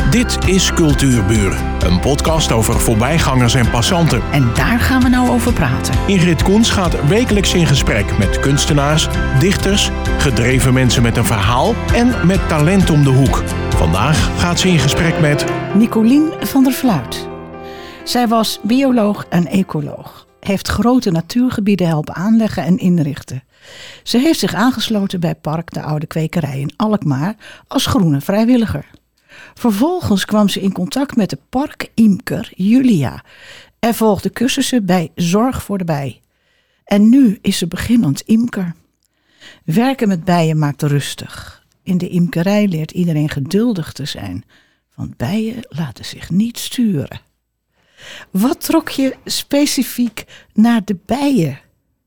Dit is Cultuurburen, een podcast over voorbijgangers en passanten. En daar gaan we nou over praten. Ingrid Koens gaat wekelijks in gesprek met kunstenaars, dichters, gedreven mensen met een verhaal en met talent om de hoek. Vandaag gaat ze in gesprek met Nicolien van der Vluit. Zij was bioloog en ecoloog. Heeft grote natuurgebieden helpen aanleggen en inrichten. Ze heeft zich aangesloten bij Park de Oude Kwekerij in Alkmaar als groene vrijwilliger. Vervolgens kwam ze in contact met de parkimker Julia en volgde cursussen bij Zorg voor de Bij. En nu is ze beginnend imker. Werken met bijen maakt rustig. In de imkerij leert iedereen geduldig te zijn, want bijen laten zich niet sturen. Wat trok je specifiek naar de bijen?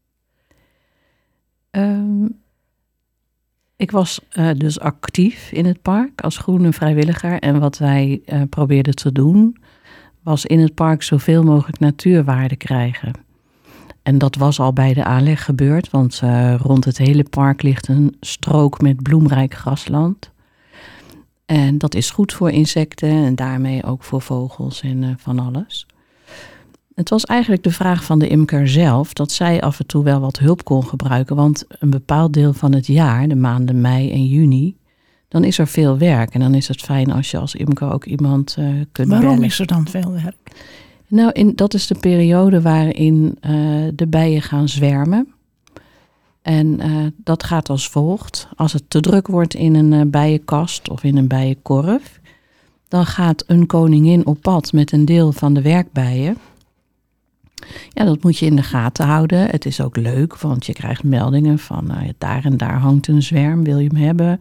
Ik was dus actief in het park als groene vrijwilliger. En wat wij probeerden te doen, was in het park zoveel mogelijk natuurwaarde krijgen. En dat was al bij de aanleg gebeurd, want rond het hele park ligt een strook met bloemrijk grasland. En dat is goed voor insecten en daarmee ook voor vogels en van alles. Het was eigenlijk de vraag van de imker zelf dat zij af en toe wel wat hulp kon gebruiken. Want een bepaald deel van het jaar, de maanden mei en juni, dan is er veel werk. En dan is het fijn als je als imker ook iemand kunt bellen. Waarom is er dan veel werk? Nou, dat is de periode waarin de bijen gaan zwermen. En dat gaat als volgt. Als het te druk wordt in een bijenkast of in een bijenkorf, dan gaat een koningin op pad met een deel van de werkbijen. Ja, dat moet je in de gaten houden. Het is ook leuk, want je krijgt meldingen van daar en daar hangt een zwerm, wil je hem hebben?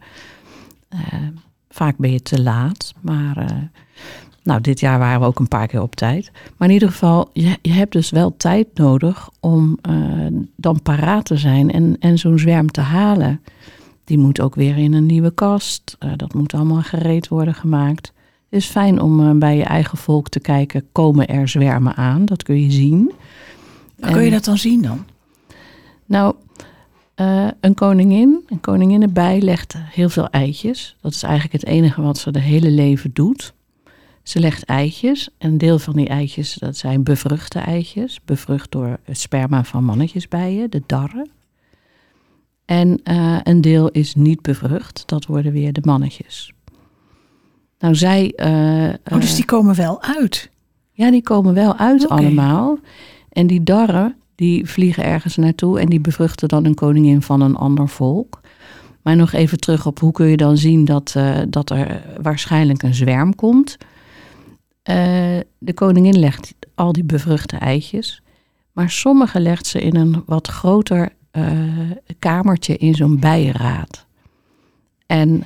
Vaak ben je te laat, maar dit jaar waren we ook een paar keer op tijd. Maar in ieder geval, je hebt dus wel tijd nodig om dan paraat te zijn en zo'n zwerm te halen. Die moet ook weer in een nieuwe kast. Dat moet allemaal gereed worden gemaakt. Het is fijn om bij je eigen volk te kijken, komen er zwermen aan? Dat kun je zien. Hoe kun je dat dan zien dan? Nou, een koninginnenbij legt heel veel eitjes. Dat is eigenlijk het enige wat ze de hele leven doet. Ze legt eitjes. En een deel van die eitjes, dat zijn bevruchte eitjes. Bevrucht door het sperma van mannetjesbijen, de darren. En een deel is niet bevrucht. Dat worden weer de mannetjes. Nou, dus die komen wel uit? Ja, die komen wel uit allemaal. Okay. En die darren, die vliegen ergens naartoe en die bevruchten dan een koningin van een ander volk. Maar nog even terug op hoe kun je dan zien dat er waarschijnlijk een zwerm komt. De koningin legt al die bevruchte eitjes. Maar sommige legt ze in een wat groter kamertje in zo'n bijenraad. En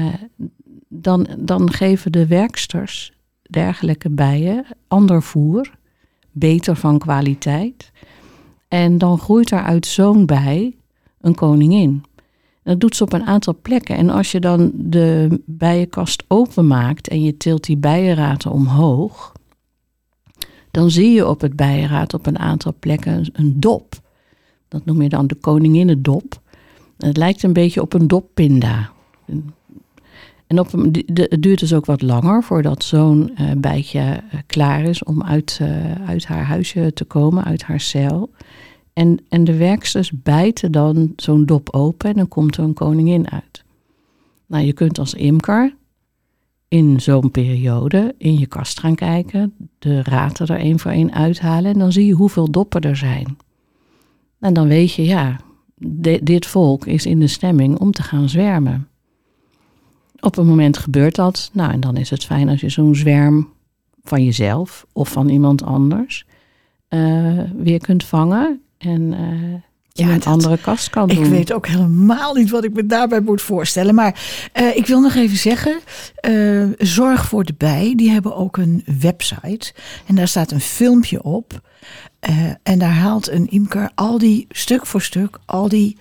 dan geven de werksters dergelijke bijen ander voer, beter van kwaliteit. En dan groeit er uit zo'n bij een koningin. Dat doet ze op een aantal plekken. En als je dan de bijenkast openmaakt en je tilt die bijenraten omhoog, dan zie je op het bijenraad op een aantal plekken een dop. Dat noem je dan de koninginnendop. Het lijkt een beetje op een doppinda. En het duurt dus ook wat langer voordat zo'n bijtje klaar is om uit haar huisje te komen, uit haar cel. En de werksters bijten dan zo'n dop open en dan komt er een koningin uit. Nou, je kunt als imker in zo'n periode in je kast gaan kijken, de raten er één voor één uithalen en dan zie je hoeveel doppen er zijn. En dan weet je, dit volk is in de stemming om te gaan zwermen. Op een moment gebeurt dat. Nou, en dan is het fijn als je zo'n zwerm van jezelf of van iemand anders weer kunt vangen en in een andere kast kan doen. Ik weet ook helemaal niet wat ik me daarbij moet voorstellen. Maar ik wil nog even zeggen, Zorg voor de Bij, die hebben ook een website. En daar staat een filmpje op. En daar haalt een imker stuk voor stuk al die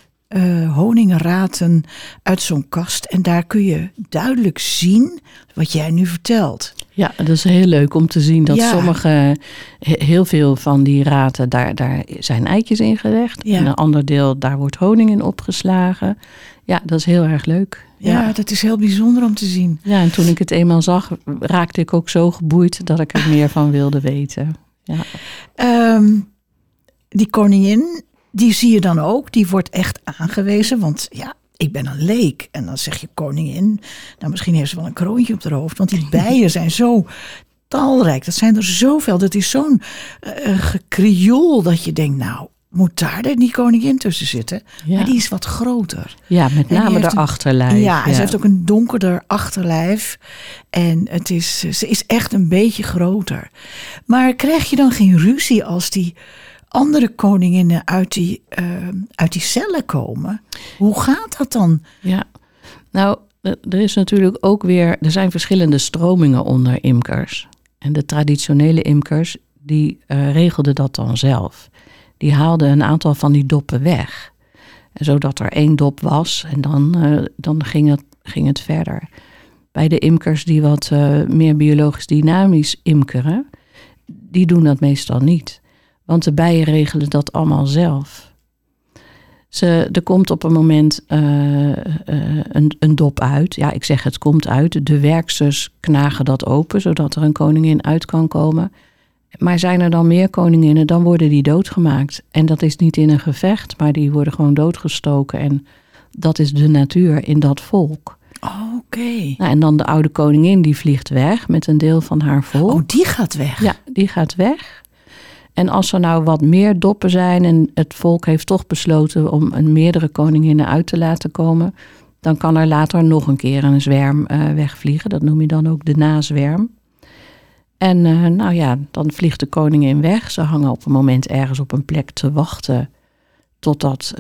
honingenraten uit zo'n kast. En daar kun je duidelijk zien wat jij nu vertelt. Ja, dat is heel leuk om te zien dat heel veel van die raten, daar zijn eitjes in gelegd. Ja. En een ander deel, daar wordt honing in opgeslagen. Ja, dat is heel erg leuk. Ja, dat is heel bijzonder om te zien. Ja, en toen ik het eenmaal zag, raakte ik ook zo geboeid dat ik er meer van wilde weten. Ja. Die koningin, die zie je dan ook. Die wordt echt aangewezen, want ja, ik ben een leek. En dan zeg je koningin. Nou, misschien heeft ze wel een kroontje op haar hoofd. Want die bijen zijn zo talrijk. Dat zijn er zoveel. Dat is zo'n gekrioel dat je denkt, nou, moet daar die koningin tussen zitten? Ja. Maar die is wat groter. Ja, met name de achterlijf. Ja, en ze heeft ook een donkerder achterlijf. En ze is echt een beetje groter. Maar krijg je dan geen ruzie als die andere koninginnen uit die cellen komen? Hoe gaat dat dan? Ja, nou, er is natuurlijk ook weer, er zijn verschillende stromingen onder imkers. En de traditionele imkers, die regelden dat dan zelf. Die haalden een aantal van die doppen weg. En zodat er 1 dop was en dan ging het verder. Bij de imkers die wat meer biologisch dynamisch imkeren, die doen dat meestal niet. Want de bijen regelen dat allemaal zelf. Er komt op een moment een dop uit. Ja, ik zeg het komt uit. De werksters knagen dat open, zodat er een koningin uit kan komen. Maar zijn er dan meer koninginnen, dan worden die doodgemaakt. En dat is niet in een gevecht, maar die worden gewoon doodgestoken. En dat is de natuur in dat volk. Oké. Nou, en dan de oude koningin, die vliegt weg met een deel van haar volk. Oh, die gaat weg? Ja, die gaat weg. En als er nou wat meer doppen zijn en het volk heeft toch besloten om meerdere koninginnen uit te laten komen, dan kan er later nog een keer een zwerm wegvliegen. Dat noem je dan ook de nazwerm. En nou ja, dan vliegt de koningin weg. Ze hangen op een moment ergens op een plek te wachten totdat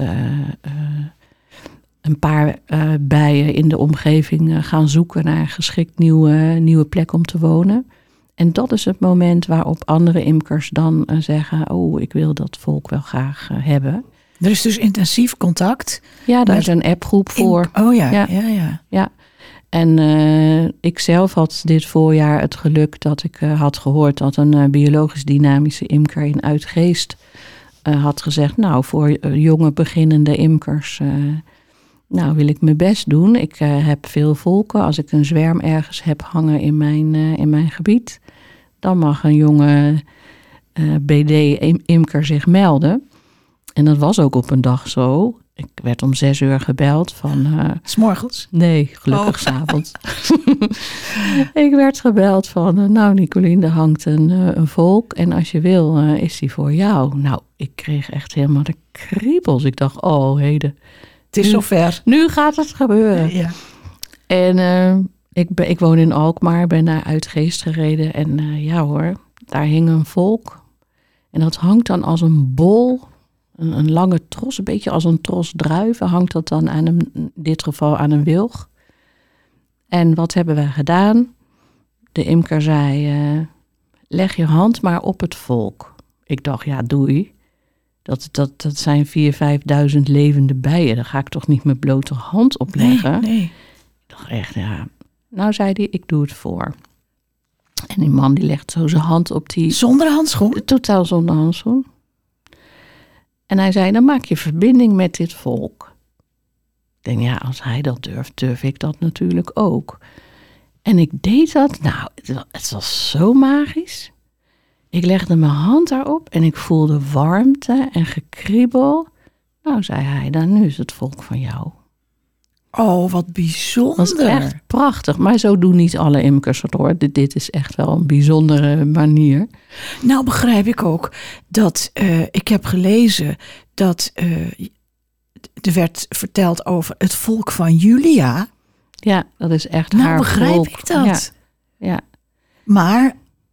een paar bijen in de omgeving gaan zoeken naar een geschikt nieuwe plek om te wonen. En dat is het moment waarop andere imkers dan zeggen, oh, ik wil dat volk wel graag hebben. Er is dus intensief contact. Ja, daar is een appgroep voor. Oh ja, ja. Ja. En ik zelf had dit voorjaar het geluk dat ik had gehoord dat een biologisch dynamische imker in Uitgeest had gezegd, nou, voor jonge beginnende imkers, nou, wil ik mijn best doen. Ik heb veel volken. Als ik een zwerm ergens heb hangen in mijn gebied, dan mag een jonge BD-imker zich melden. En dat was ook op een dag zo. Ik werd om 6 uur gebeld van... 's morgens? Nee, gelukkig 's avonds. Ik werd gebeld van... nou, Nicolien, er hangt een volk. En als je wil, is die voor jou. Nou, ik kreeg echt helemaal de kriebels. Ik dacht, oh, heden. Het is zover. Nu gaat het gebeuren. Ja. En ik woon in Alkmaar, ben naar Uitgeest gereden. En ja hoor, daar hing een volk. En dat hangt dan als een bol... Een lange tros, een beetje als een tros druiven, hangt dat dan aan in dit geval aan een wilg. En wat hebben we gedaan? De imker zei, leg je hand maar op het volk. Ik dacht, ja, doei. Dat zijn 4.000, 5.000 levende bijen. Daar ga ik toch niet met blote hand op leggen? Nee. Ik dacht echt, ja. Nou, zei hij, ik doe het voor. En die man die legt zo zijn hand op die... Zonder handschoen? Totaal zonder handschoen. En hij zei, dan maak je verbinding met dit volk. Ik denk, ja, als hij dat durft, durf ik dat natuurlijk ook. En ik deed dat. Nou, het was zo magisch. Ik legde mijn hand daarop en ik voelde warmte en gekriebel. Nou, zei hij, dan nu is het volk van jou. Oh, wat bijzonder. Dat is echt prachtig. Maar zo doen niet alle imkers het hoor. Dit is echt wel een bijzondere manier. Nou begrijp ik ook dat ik heb gelezen dat er werd verteld over het volk van Julia. Ja, dat is echt nou, haar volk. Nou begrijp ik dat. Ja. Maar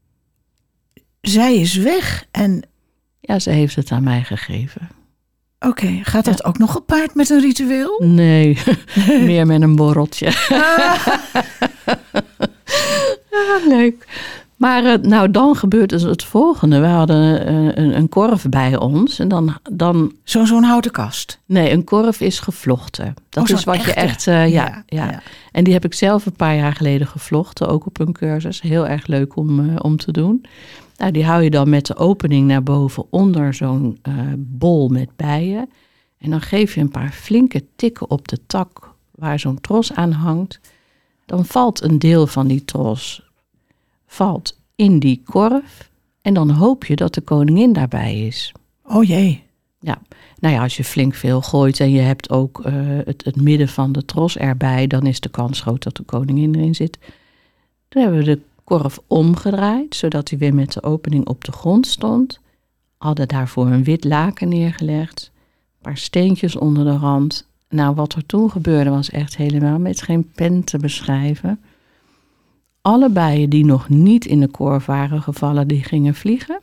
zij is weg en... Ja, ze heeft het aan mij gegeven. Oké, gaat dat ook nog gepaard met een ritueel? Nee, meer met een borreltje. Ja, leuk. Maar dan gebeurt dus het volgende. We hadden een korf bij ons. En dan Zo'n houten kast? Nee, een korf is gevlochten. Dat is wat echte. je echt... Ja. En die heb ik zelf een paar jaar geleden gevlochten. Ook op een cursus. Heel erg leuk om te doen. Nou, die hou je dan met de opening naar boven onder zo'n bol met bijen. En dan geef je een paar flinke tikken op de tak waar zo'n tros aan hangt. Dan valt een deel van die tros in die korf. En dan hoop je dat de koningin daarbij is. Oh jee. Ja, nou ja, als je flink veel gooit en je hebt ook het midden van de tros erbij, dan is de kans groot dat de koningin erin zit. Toen hebben we de korf omgedraaid, zodat hij weer met de opening op de grond stond. Hadden daarvoor een wit laken neergelegd, een paar steentjes onder de rand. Nou, wat er toen gebeurde was echt helemaal met geen pen te beschrijven. Alle bijen die nog niet in de korf waren gevallen, die gingen vliegen.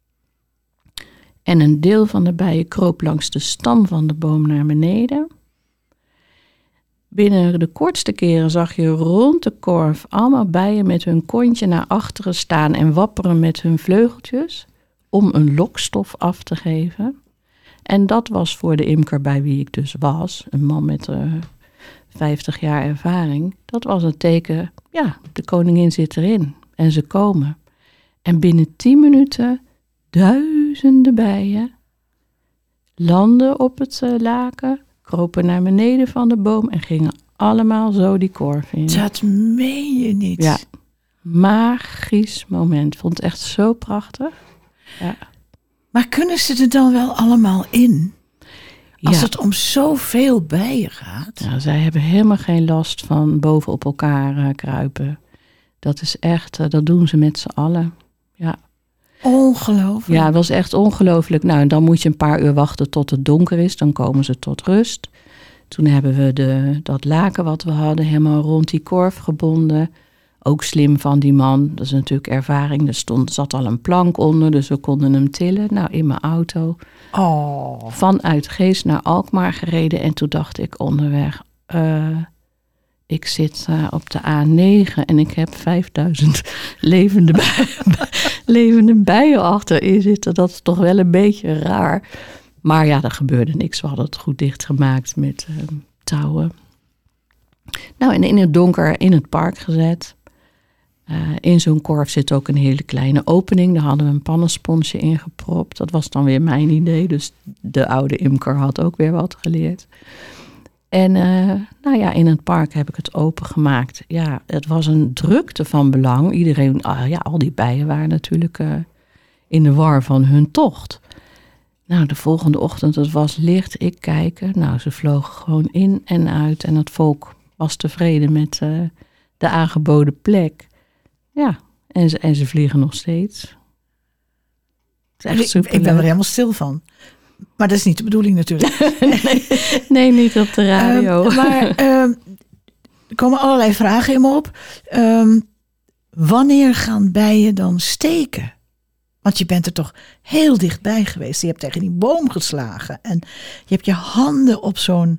En een deel van de bijen kroop langs de stam van de boom naar beneden. Binnen de kortste keren zag je rond de korf allemaal bijen met hun kontje naar achteren staan en wapperen met hun vleugeltjes om een lokstof af te geven. En dat was voor de imker bij wie ik dus was, een man met 50 jaar ervaring, dat was een teken, ja, de koningin zit erin en ze komen. En binnen 10 minuten duizenden bijen landden op het laken, kropen naar beneden van de boom en gingen allemaal zo die korf in. Dat meen je niet. Ja, magisch moment. Vond het echt zo prachtig. Ja. Maar kunnen ze er dan wel allemaal in? Als Ja. het om zoveel bijen gaat. Ja, zij hebben helemaal geen last van bovenop elkaar kruipen. Dat is echt, dat doen ze met z'n allen. Ja. Ongelooflijk. Ja, het was echt ongelooflijk. Nou, en dan moet je een paar uur wachten tot het donker is. Dan komen ze tot rust. Toen hebben we dat laken wat we hadden helemaal rond die korf gebonden. Ook slim van die man. Dat is natuurlijk ervaring. Er zat al een plank onder, dus we konden hem tillen. Nou, in mijn auto. Oh. Vanuit Geest naar Alkmaar gereden. En toen dacht ik onderweg, ik zit op de A9 en ik heb 5000 levende bijen achterin zitten. Dat is toch wel een beetje raar. Maar ja, er gebeurde niks. We hadden het goed dichtgemaakt met touwen. Nou, en in het donker in het park gezet. In zo'n korf zit ook een hele kleine opening. Daar hadden we een pannensponsje in gepropt. Dat was dan weer mijn idee. Dus de oude imker had ook weer wat geleerd. En nou ja, in het park heb ik het opengemaakt. Ja, het was een drukte van belang. Iedereen, al die bijen waren natuurlijk in de war van hun tocht. Nou, de volgende ochtend, het was licht, ik kijken. Nou, ze vlogen gewoon in en uit. En het volk was tevreden met de aangeboden plek. Ja, en ze vliegen nog steeds. Het is echt superleuk. Ik ben er helemaal stil van. Maar dat is niet de bedoeling natuurlijk. Nee, niet op de radio. Er komen allerlei vragen in me op. Wanneer gaan bijen dan steken? Want je bent er toch heel dichtbij geweest. Je hebt tegen die boom geslagen. En je hebt je handen op zo'n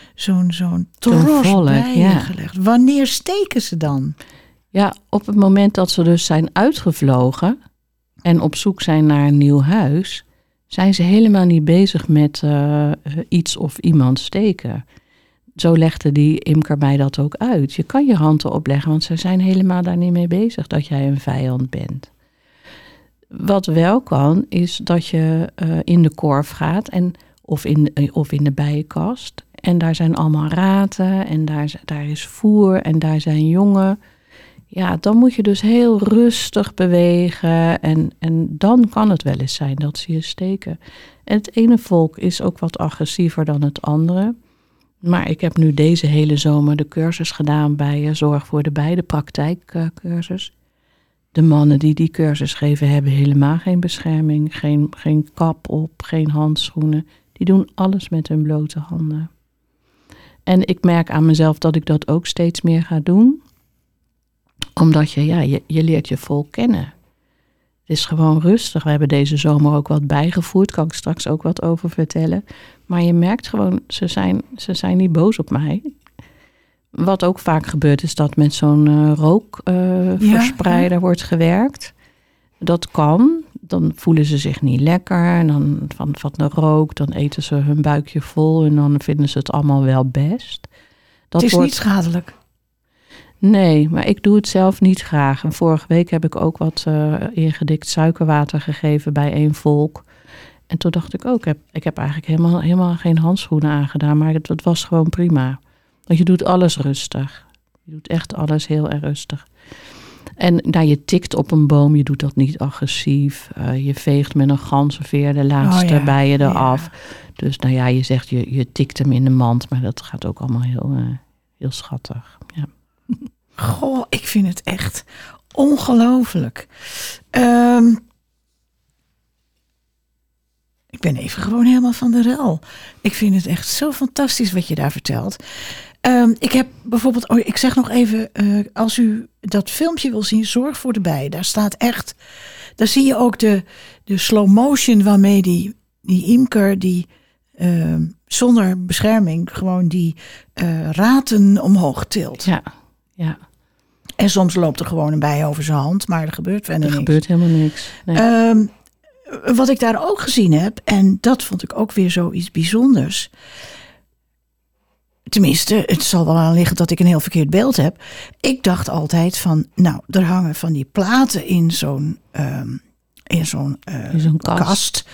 tros bijen gelegd. Wanneer steken ze dan? Ja, op het moment dat ze dus zijn uitgevlogen en op zoek zijn naar een nieuw huis, zijn ze helemaal niet bezig met iets of iemand steken. Zo legde die imker mij dat ook uit. Je kan je hand erop leggen, want ze zijn helemaal daar niet mee bezig dat jij een vijand bent. Wat wel kan, is dat je in de korf gaat of in de bijenkast. En daar zijn allemaal raten en daar is voer en daar zijn jongen. Ja, dan moet je dus heel rustig bewegen en dan kan het wel eens zijn dat ze je steken. En het ene volk is ook wat agressiever dan het andere. Maar ik heb nu deze hele zomer de cursus gedaan bij Zorg voor de Bij, de praktijkcursus. De mannen die cursus geven hebben helemaal geen bescherming, geen kap op, geen handschoenen. Die doen alles met hun blote handen. En ik merk aan mezelf dat ik dat ook steeds meer ga doen. Omdat je leert je volk kennen. Het is gewoon rustig. We hebben deze zomer ook wat bijgevoerd. Kan ik straks ook wat over vertellen. Maar je merkt gewoon, ze zijn niet boos op mij. Wat ook vaak gebeurt is dat met zo'n rookverspreider wordt gewerkt. Dat kan. Dan voelen ze zich niet lekker. En dan van de rook, dan eten ze hun buikje vol. En dan vinden ze het allemaal wel best. Het is niet schadelijk. Nee, maar ik doe het zelf niet graag. En vorige week heb ik ook wat ingedikt suikerwater gegeven bij een volk. En toen dacht ik ook, ik heb eigenlijk helemaal geen handschoenen aangedaan. Maar het was gewoon prima. Want je doet alles rustig. Je doet echt alles heel erg rustig. En je tikt op een boom, je doet dat niet agressief. Je veegt met een ganzenveer de laatste bijen eraf. Dus je zegt, je tikt hem in de mand. Maar dat gaat ook allemaal heel schattig. Ja. Goh, ik vind het echt ongelooflijk. Ik ben even gewoon helemaal van de rel. Ik vind het echt zo fantastisch wat je daar vertelt. Ik heb bijvoorbeeld, ik zeg nog even, als u dat filmpje wil zien, zorg voor de bijen. Daar staat echt, daar zie je ook de slow motion waarmee die imker, die zonder bescherming gewoon die raten omhoog tilt. Ja. En soms loopt er gewoon een bij over zijn hand, maar er gebeurt verder niks. Er gebeurt helemaal niks. Nee. Wat ik daar ook gezien heb, en dat vond ik ook weer zoiets bijzonders. Tenminste, het zal wel aan liggen dat ik een heel verkeerd beeld heb. Ik dacht altijd van, er hangen van die platen in zo'n kast.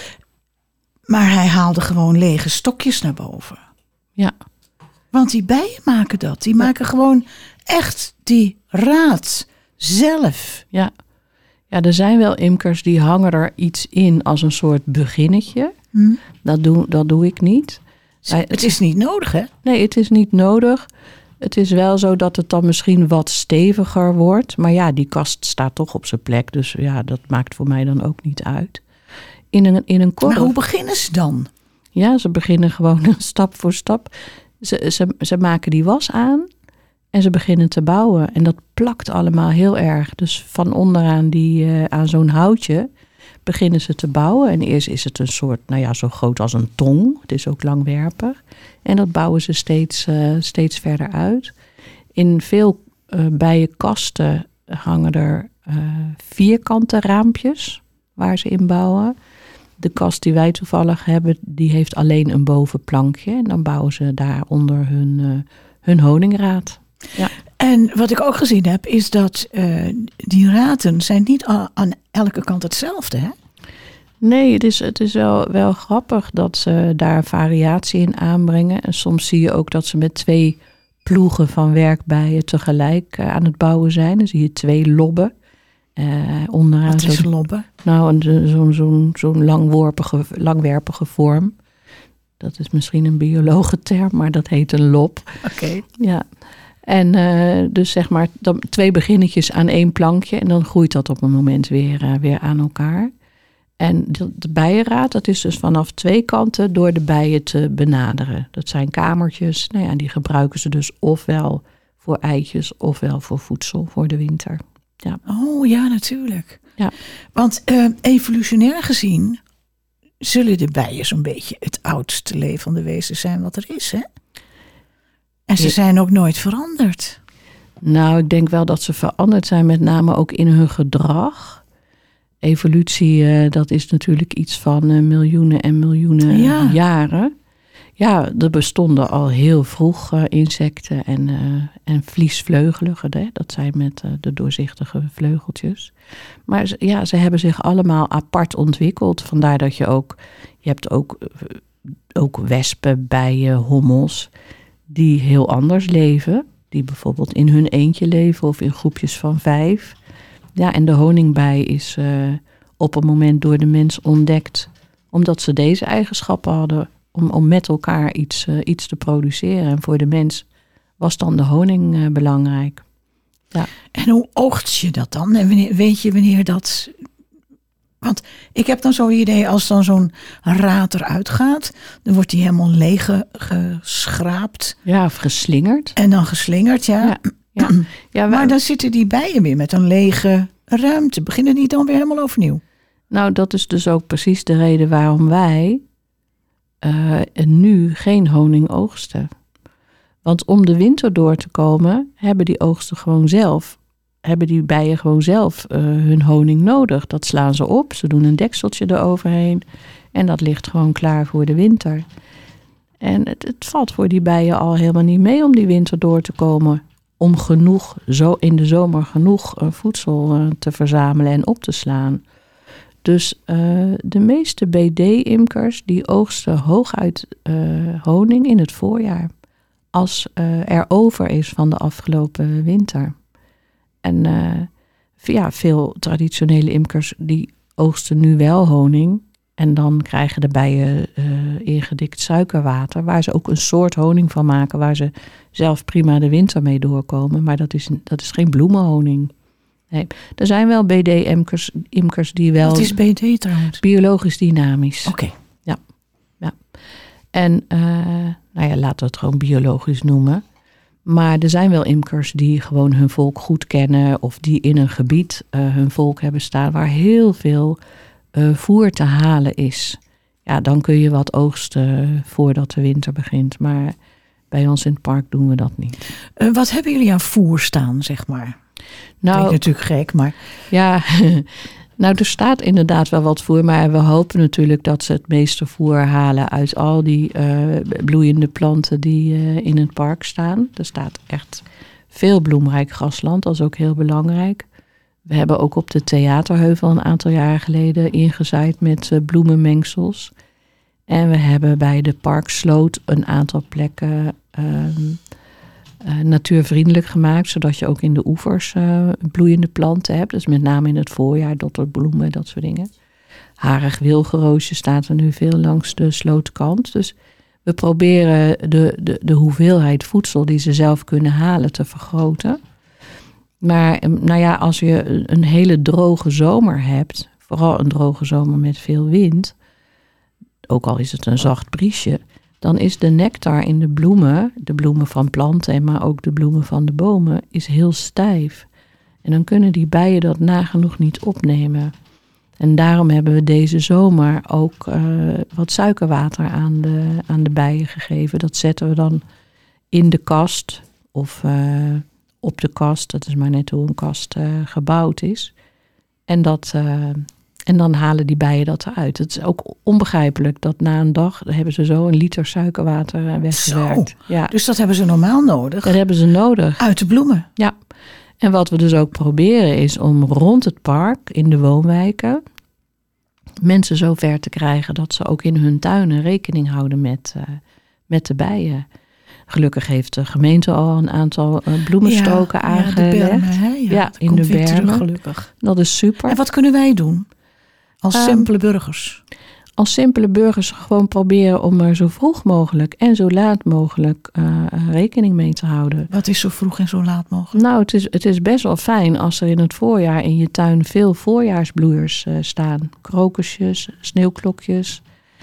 Maar hij haalde gewoon lege stokjes naar boven. Ja. Want die bijen maken dat. Die maken gewoon echt die raad zelf. Ja, er zijn wel imkers die hangen er iets in als een soort beginnetje. Dat doe ik niet. Het is niet nodig, hè? Nee, het is niet nodig. Het is wel zo dat het dan misschien wat steviger wordt. Maar die kast staat toch op zijn plek. Dus dat maakt voor mij dan ook niet uit. In een korf. Maar hoe beginnen ze dan? Ja, ze beginnen gewoon stap voor stap. Ze maken die was aan en ze beginnen te bouwen. En dat plakt allemaal heel erg. Dus van onderaan aan zo'n houtje beginnen ze te bouwen. En eerst is het een soort, zo groot als een tong. Het is ook langwerpig. En dat bouwen ze steeds verder uit. In veel bijenkasten hangen er vierkante raampjes waar ze in bouwen. De kast die wij toevallig hebben, die heeft alleen een bovenplankje. En dan bouwen ze daaronder hun honingraad. Ja. En wat ik ook gezien heb, is dat die raten zijn niet aan elke kant hetzelfde, hè? Nee, het is wel grappig dat ze daar variatie in aanbrengen. En soms zie je ook dat ze met 2 ploegen van werkbijen tegelijk aan het bouwen zijn. Dan zie je 2 lobben. Onderaan wat is lobben? Zo'n langwerpige vorm. Dat is misschien een biologenterm, maar dat heet een lob. Oké. Ja. En dus zeg maar 2 beginnetjes aan 1 plankje. En dan groeit dat op een moment weer aan elkaar. En de bijenraad, dat is dus vanaf 2 kanten door de bijen te benaderen. Dat zijn kamertjes. Die gebruiken ze dus ofwel voor eitjes ofwel voor voedsel voor de winter. Ja. Oh ja, natuurlijk. Ja. Want evolutionair gezien zullen de bijen zo'n beetje het oudste levende wezen zijn wat er is, hè? En ze zijn ook nooit veranderd. Ik denk wel dat ze veranderd zijn, met name ook in hun gedrag. Evolutie, dat is natuurlijk iets van miljoenen en miljoenen jaren. Ja, er bestonden al heel vroeg insecten en vliesvleugeligen. Dat zijn met de doorzichtige vleugeltjes. Maar ze hebben zich allemaal apart ontwikkeld. Vandaar dat je hebt ook wespen, bijen, hommels die heel anders leven. Die bijvoorbeeld in hun eentje leven of in groepjes van 5. Ja, en de honingbij is op een moment door de mens ontdekt, omdat ze deze eigenschappen hadden om met elkaar iets te produceren. En voor de mens was dan de honing belangrijk. Ja. En hoe oogst je dat dan? En weet je wanneer dat... Want ik heb dan zo'n idee, als dan zo'n raad eruit gaat, dan wordt die helemaal leeg geschraapt. Ja, of geslingerd. En dan geslingerd, ja. Maar dan zitten die bijen weer met een lege ruimte. Beginnen die dan weer helemaal overnieuw? Dat is dus ook precies de reden waarom wij nu geen honing oogsten. Want om de winter door te komen, hebben die bijen gewoon zelf hun honing nodig. Dat slaan ze op, ze doen een dekseltje eroverheen en dat ligt gewoon klaar voor de winter. En het valt voor die bijen al helemaal niet mee om die winter door te komen. Om in de zomer genoeg voedsel te verzamelen en op te slaan. Dus de meeste BD-imkers die oogsten hooguit honing in het voorjaar. Als er over is van de afgelopen winter. En veel traditionele imkers die oogsten nu wel honing. En dan krijgen de bijen ingedikt suikerwater. Waar ze ook een soort honing van maken. Waar ze zelf prima de winter mee doorkomen. Maar dat is geen bloemenhoning. Nee, er zijn wel BD-imkers die wel... Wat is BD trouwens? Biologisch dynamisch. Oké. Ja. En laten we het gewoon biologisch noemen. Maar er zijn wel imkers die gewoon hun volk goed kennen. Of die in een gebied hun volk hebben staan waar heel veel voer te halen is. Ja, dan kun je wat oogsten voordat de winter begint. Maar bij ons in het park doen we dat niet. Wat hebben jullie aan voer staan, zeg maar? Nou, klinkt natuurlijk gek, maar... Ja, nou er staat inderdaad wel wat voer. Maar we hopen natuurlijk dat ze het meeste voer halen uit al die bloeiende planten die in het park staan. Er staat echt veel bloemrijk grasland, dat is ook heel belangrijk. We hebben ook op de Theaterheuvel een aantal jaar geleden ingezaaid met bloemenmengsels. En we hebben bij de Parksloot een aantal plekken natuurvriendelijk gemaakt. Zodat je ook in de oevers bloeiende planten hebt. Dus met name in het voorjaar, dotterbloemen, dat soort dingen. Harig wilgenroosje staat er nu veel langs de slootkant. Dus we proberen de hoeveelheid voedsel die ze zelf kunnen halen te vergroten. Maar als je een hele droge zomer hebt, vooral een droge zomer met veel wind, ook al is het een zacht briesje, dan is de nectar in de bloemen van planten, maar ook de bloemen van de bomen, is heel stijf. En dan kunnen die bijen dat nagenoeg niet opnemen. En daarom hebben we deze zomer ook wat suikerwater aan de bijen gegeven. Dat zetten we dan in de kast of op de kast. Dat is maar net hoe een kast gebouwd is. En dan halen die bijen dat eruit. Het is ook onbegrijpelijk dat na een dag hebben ze zo een liter suikerwater weggewerkt. Zo, ja. Dus dat hebben ze normaal nodig? Dat hebben ze nodig. Uit de bloemen? Ja. En wat we dus ook proberen is om rond het park in de woonwijken mensen zo ver te krijgen dat ze ook in hun tuinen rekening houden met de bijen. Gelukkig heeft de gemeente al een aantal bloemenstoken aangelegd. De bermen, hè? Ja, in de bermen. Gelukkig. Dat is super. En wat kunnen wij doen als simpele burgers? Als simpele burgers gewoon proberen om er zo vroeg mogelijk en zo laat mogelijk rekening mee te houden. Wat is zo vroeg en zo laat mogelijk? Nou, het is best wel fijn als er in het voorjaar in je tuin veel voorjaarsbloeiers staan. Krokusjes, sneeuwklokjes.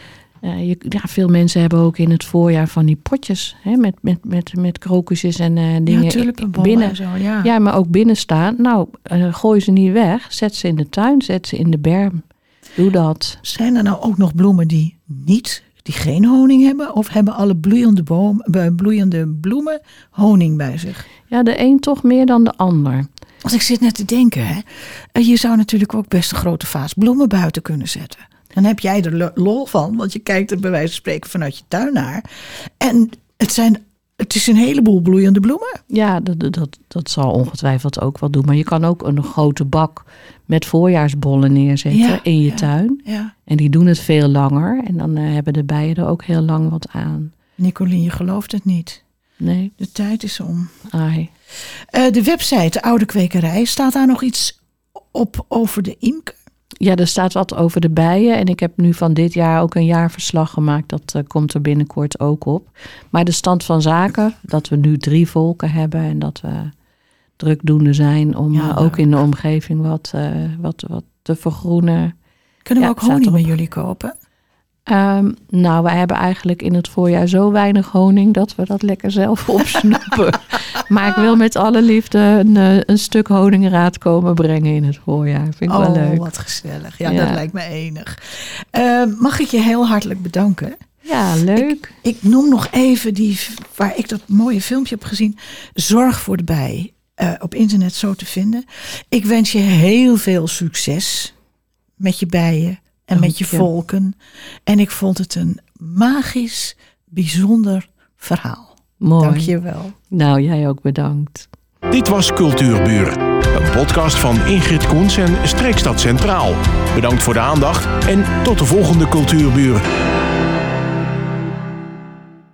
Veel mensen hebben ook in het voorjaar van die potjes met krokusjes en dingen tulpenbollen en zo, ja, maar ook binnen staan. Nou, gooi ze niet weg. Zet ze in de tuin, zet ze in de berm. Doe dat. Zijn er nou ook nog bloemen die geen honing hebben? Of hebben alle bloeiende bloemen honing bij zich? Ja, de een toch meer dan de ander. Want ik zit net te denken, hè. Je zou natuurlijk ook best een grote vaas bloemen buiten kunnen zetten. Dan heb jij er lol van, want je kijkt er bij wijze van spreken vanuit je tuin naar. En het is een heleboel bloeiende bloemen. Ja, dat zal ongetwijfeld ook wel doen. Maar je kan ook een grote bak met voorjaarsbollen neerzetten in je tuin. Ja. En die doen het veel langer. En dan hebben de bijen er ook heel lang wat aan. Nicolien, je gelooft het niet. Nee. De tijd is om. Ai. De website, de Oude Kwekerij, staat daar nog iets op over de imker? Ja, er staat wat over de bijen. En ik heb nu van dit jaar ook een jaarverslag gemaakt. Dat komt er binnenkort ook op. Maar de stand van zaken, dat we nu 3 volken hebben. En dat we drukdoende zijn om ook in de omgeving wat te vergroenen. Kunnen we ook honing bij jullie kopen? Nou, wij hebben eigenlijk in het voorjaar zo weinig honing dat we dat lekker zelf opsnoepen. Maar ik wil met alle liefde een stuk honingraad komen brengen in het voorjaar. Vind ik wel leuk. Oh, wat gezellig. Ja, dat lijkt me enig. Mag ik je heel hartelijk bedanken Ja, leuk. Ik noem nog even waar ik dat mooie filmpje heb gezien. Zorg voor de bij. Op internet zo te vinden. Ik wens je heel veel succes met je bijen en met je volken. En ik vond het een magisch, bijzonder verhaal. Mooi. Dank je wel. Nou, jij ook bedankt. Dit was Cultuurbuur, een podcast van Ingrid Koens en Streekstad Centraal. Bedankt voor de aandacht en tot de volgende Cultuurbuur.